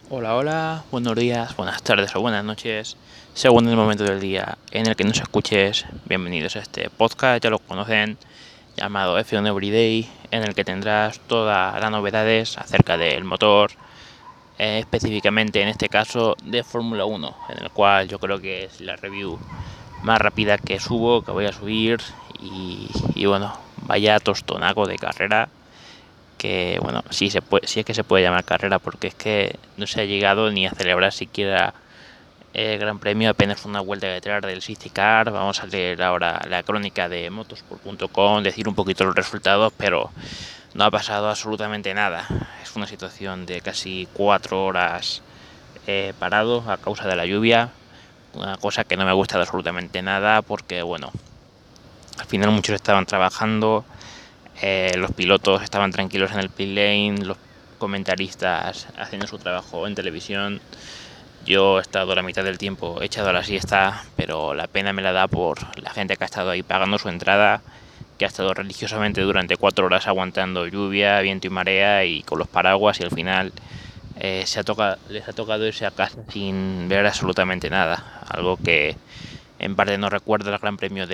Hola, hola, buenos días, buenas tardes o buenas noches, según el momento del día en el que nos escuches. Bienvenidos a este podcast, ya lo conocen, llamado F1 Everyday, en el que tendrás todas las novedades acerca del motor, específicamente en este caso de Fórmula 1, en el cual yo creo que es la review más rápida que voy a subir, y bueno, vaya tostonaco de carrera que bueno, sí es que se puede llamar carrera, porque es que no se ha llegado ni a celebrar siquiera el Gran Premio, apenas una vuelta detrás del Safety Car. Vamos a leer ahora la crónica de motorsport.com, decir un poquito los resultados, pero no ha pasado absolutamente nada. Es una situación de casi 4 horas parado a causa de la lluvia, una cosa que no me ha gustado absolutamente nada, porque bueno, al final muchos estaban trabajando. Los pilotos estaban tranquilos en el pit lane, los comentaristas haciendo su trabajo en televisión. Yo he estado la mitad del tiempo echado a la siesta, pero la pena me la da por la gente que ha estado ahí pagando su entrada, que ha estado religiosamente durante 4 horas aguantando lluvia, viento y marea y con los paraguas, y al final les ha tocado irse a casa sin ver absolutamente nada. Algo que en parte no recuerda el Gran Premio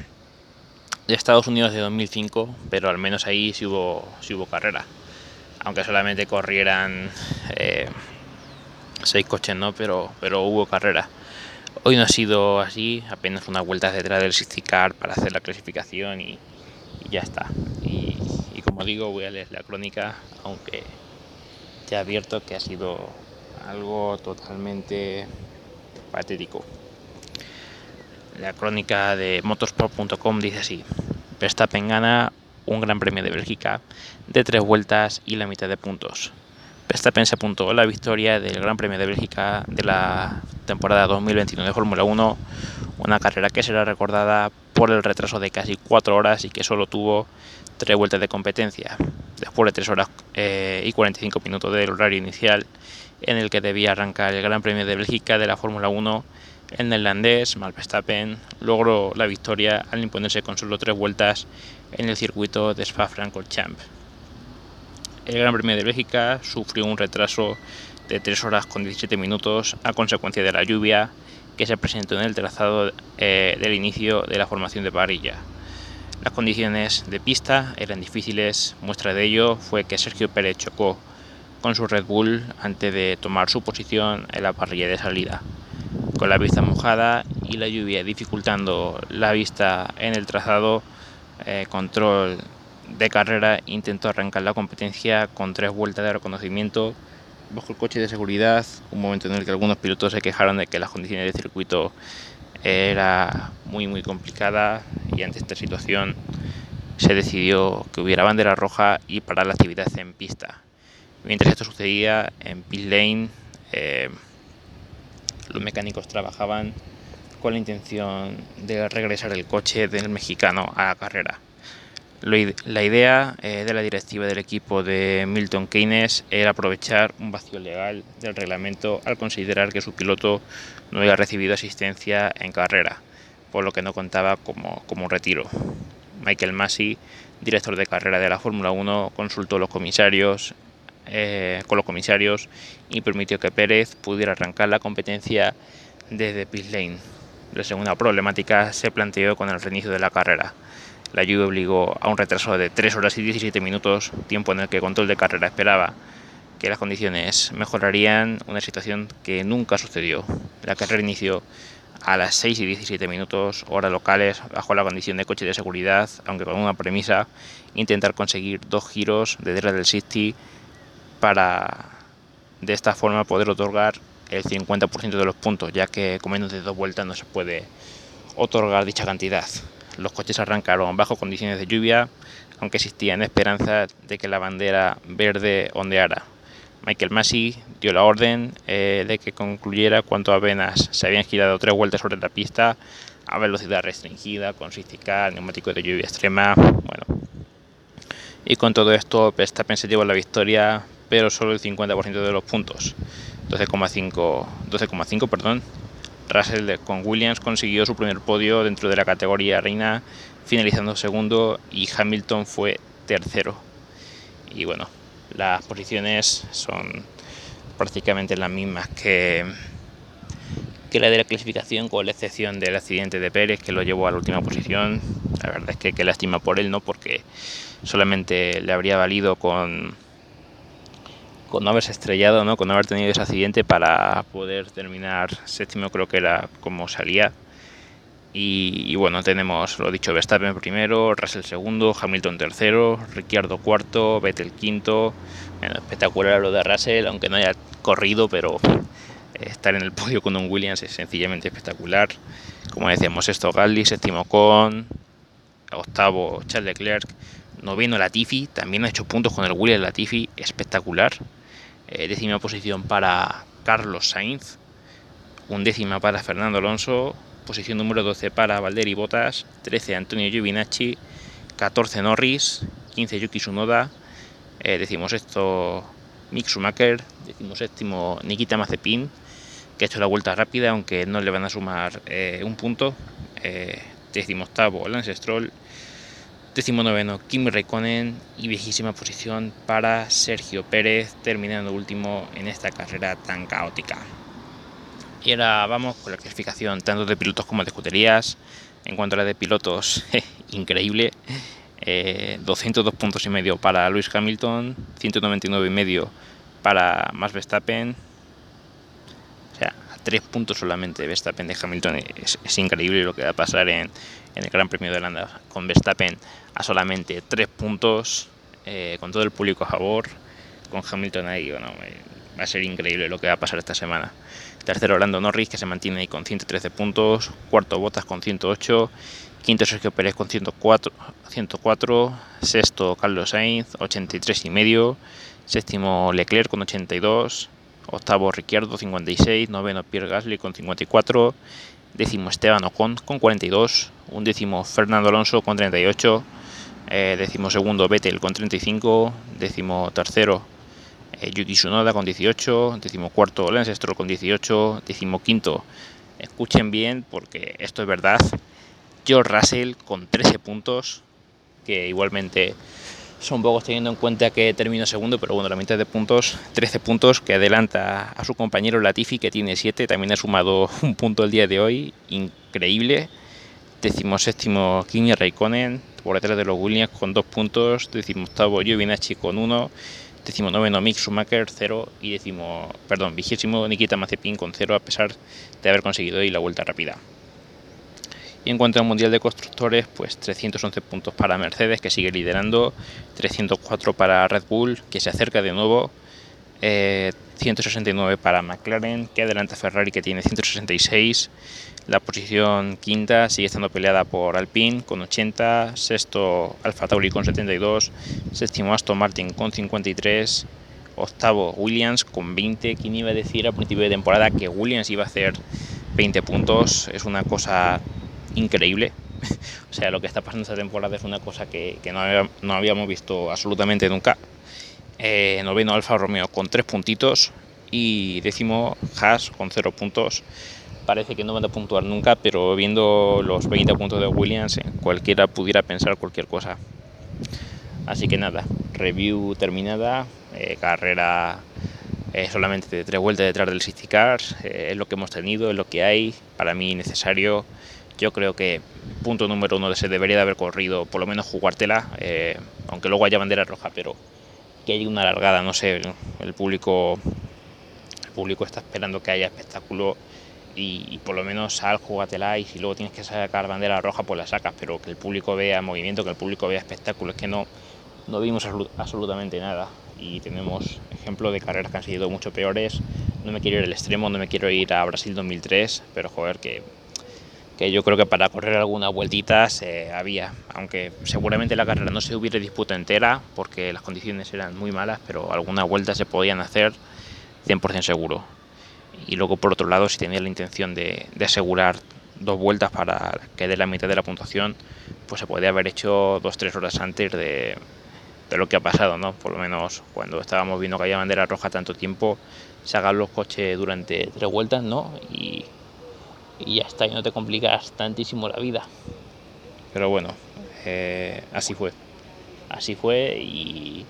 de Estados Unidos de 2005, pero al menos ahí sí hubo carrera. Aunque solamente corrieran 6 coches, ¿no? Pero hubo carrera. Hoy no ha sido así, apenas unas vueltas detrás del safety car para hacer la clasificación y ya está. Y como digo, voy a leer la crónica, aunque ya advierto que ha sido algo totalmente patético. La crónica de motorsport.com dice así: Verstappen gana un Gran Premio de Bélgica de 3 vueltas y la mitad de puntos. Verstappen se apuntó a la victoria del Gran Premio de Bélgica de la temporada 2021 de Fórmula 1, una carrera que será recordada por el retraso de casi 4 horas y que solo tuvo 3 vueltas de competencia, después de 3 horas y 45 minutos del horario inicial en el que debía arrancar el Gran Premio de Bélgica de la Fórmula 1. El neerlandés Max Verstappen logró la victoria al imponerse con solo 3 vueltas en el circuito de Spa-Francorchamps. El Gran Premio de Bélgica sufrió un retraso de 3 horas con 17 minutos a consecuencia de la lluvia que se presentó en el trazado del inicio de la formación de parrilla. Las condiciones de pista eran difíciles, muestra de ello fue que Sergio Pérez chocó con su Red Bull antes de tomar su posición en la parrilla de salida. Con la pista mojada y la lluvia dificultando la vista en el trazado, Control de Carrera intentó arrancar la competencia con 3 vueltas de reconocimiento bajo el coche de seguridad, un momento en el que algunos pilotos se quejaron de que las condiciones de circuito era muy complicada, y ante esta situación se decidió que hubiera bandera roja y parar la actividad en pista. Mientras esto sucedía en pit lane, los mecánicos trabajaban con la intención de regresar el coche del mexicano a la carrera. La idea de la directiva del equipo de Milton Keynes era aprovechar un vacío legal del reglamento al considerar que su piloto no había recibido asistencia en carrera, por lo que no contaba como un retiro. Michael Masi, director de carrera de la Fórmula 1, consultó con los comisarios y permitió que Pérez pudiera arrancar la competencia desde pit lane. La segunda problemática se planteó con el reinicio de la carrera. La lluvia obligó a un retraso de 3 horas y 17 minutos, tiempo en el que Control de Carrera esperaba que las condiciones mejorarían, una situación que nunca sucedió. La carrera inició a las 6 y 17 minutos, horas locales, bajo la condición de coche de seguridad, aunque con una premisa: intentar conseguir 2 giros detrás del safety para de esta forma poder otorgar el 50% de los puntos, ya que con menos de 2 vueltas no se puede otorgar dicha cantidad. Los coches arrancaron bajo condiciones de lluvia, aunque existían esperanzas de que la bandera verde ondeara. Michael Masi dio la orden de que concluyera cuando apenas se habían girado 3 vueltas sobre la pista a velocidad restringida, con safety car, neumáticos de lluvia extrema. Bueno, y con todo esto Verstappen se llevó la victoria, pero solo el 50% de los puntos, 12,5, perdón. Russell con Williams consiguió su primer podio dentro de la categoría reina, finalizando segundo, y Hamilton fue tercero. Y bueno, las posiciones son prácticamente las mismas que la de la clasificación, con la excepción del accidente de Pérez, que lo llevó a la última posición. La verdad es que qué lástima por él, ¿no? Porque solamente le habría valido con no haberse estrellado, ¿no? Con no haber tenido ese accidente para poder terminar séptimo, creo que era como salía. Y bueno, tenemos, lo dicho, Verstappen primero, Russell segundo, Hamilton tercero, Ricciardo cuarto, Vettel quinto. Bueno, espectacular lo de Russell, aunque no haya corrido, pero estar en el podio con un Williams es sencillamente espectacular. Como decíamos, sexto Gasly, séptimo Ocon, octavo Charles Leclerc, noveno Latifi, también ha hecho puntos con el Williams Latifi, espectacular. Décima posición para Carlos Sainz, undécima para Fernando Alonso, posición número 12 para Valtteri Bottas, 13 Antonio Giovinazzi, 14 Norris, 15 Yuki Tsunoda, decimosexto Mick Schumacher, decimoséptimo Nikita Mazepin, que ha hecho la vuelta rápida, aunque no le van a sumar un punto, decimoctavo Lance Stroll, 19º Kimi Raikkonen y viejísima posición para Sergio Pérez, terminando último en esta carrera tan caótica. Y ahora vamos con la clasificación tanto de pilotos como de escuderías. En cuanto a la de pilotos, increíble. 202 puntos y medio para Lewis Hamilton, 199 y medio para Max Verstappen. O sea, a 3 puntos solamente Verstappen de Hamilton. Es increíble lo que va a pasar en el Gran Premio de Holanda con Verstappen a solamente 3 puntos, con todo el público a favor, con Hamilton ahí. Bueno, va a ser increíble lo que va a pasar esta semana. Tercero Lando Norris, que se mantiene ahí con 113 puntos. Cuarto Bottas con 108. Quinto Sergio Pérez con 104. Sexto Carlos Sainz, 83 y medio. Séptimo Leclerc con 82. Octavo Ricciardo, 56. Noveno Pierre Gasly con 54. Décimo Esteban Ocon con 42. Undécimo Fernando Alonso con 38. Décimo segundo Vettel con 35. Décimo tercero Yuki Tsunoda con 18, decimocuarto Lance Stroll con 18, decimoquinto, escuchen bien porque esto es verdad, George Russell con 13 puntos, que igualmente son pocos teniendo en cuenta que terminó segundo, pero bueno, la mitad de puntos, 13 puntos, que adelanta a su compañero Latifi, que tiene 7, también ha sumado un punto el día de hoy, increíble. Decimoséptimo Kimi Raikkonen, por detrás de los Williams con 2 puntos, decimoctavo Giovinazzi con 1, decimonoveno Mick Schumacher 0 y vigésimo Nikita Mazepin con 0, a pesar de haber conseguido hoy la vuelta rápida. Y en cuanto al Mundial de Constructores, pues 311 puntos para Mercedes, que sigue liderando, 304 para Red Bull, que se acerca de nuevo, 169 para McLaren, que adelanta a Ferrari, que tiene 166. La posición quinta sigue estando peleada por Alpine con 80, sexto Alfa Tauri con 72, séptimo Aston Martin con 53, octavo Williams con 20. ¿Quién iba a decir a principio de temporada que Williams iba a hacer 20 puntos? Es una cosa increíble. O sea, lo que está pasando esta temporada es una cosa que no habíamos visto absolutamente nunca. Noveno Alfa Romeo con 3 puntitos y décimo Haas con 0 puntos. Parece que no van a puntuar nunca, pero viendo los 20 puntos de Williams, cualquiera pudiera pensar cualquier cosa. Así que nada, review terminada, carrera solamente de 3 vueltas detrás del safety car, es lo que hemos tenido, es lo que hay, para mí necesario. Yo creo que punto número 1 se debería de haber corrido, por lo menos jugártela, aunque luego haya bandera roja, pero que haya una largada, no sé, el público está esperando que haya espectáculo. Y por lo menos sal, júgatela, y si luego tienes que sacar bandera roja, pues la sacas, pero que el público vea movimiento, que el público vea espectáculo. Es que no vimos absolutamente nada, y tenemos ejemplos de carreras que han sido mucho peores. No me quiero ir al extremo, no me quiero ir a Brasil 2003, pero joder, que yo creo que para correr algunas vueltitas había, aunque seguramente la carrera no se hubiera disputado entera porque las condiciones eran muy malas, pero algunas vueltas se podían hacer 100% seguro. Y luego, por otro lado, si tenía la intención de asegurar 2 vueltas para que dé la mitad de la puntuación, pues se podía haber hecho 2-3 horas antes de lo que ha pasado, ¿no? Por lo menos cuando estábamos viendo que había bandera roja tanto tiempo, sacar los coches durante 3 vueltas, ¿no? Y ya está, y no te complicas tantísimo la vida. Pero bueno, así fue. Y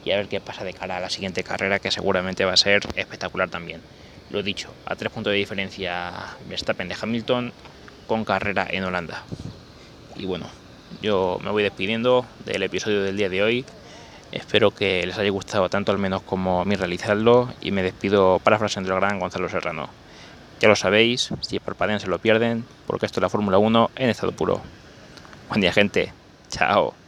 y a ver qué pasa de cara a la siguiente carrera, que seguramente va a ser espectacular también. Lo dicho, a 3 puntos de diferencia Verstappen de Hamilton, con carrera en Holanda. Y bueno, yo me voy despidiendo del episodio del día de hoy. Espero que les haya gustado tanto al menos como a mí realizarlo, y me despido parafraseando el gran Gonzalo Serrano. Ya lo sabéis, si parpadean se lo pierden, porque esto es la Fórmula 1 en estado puro. Buen día, gente. Chao.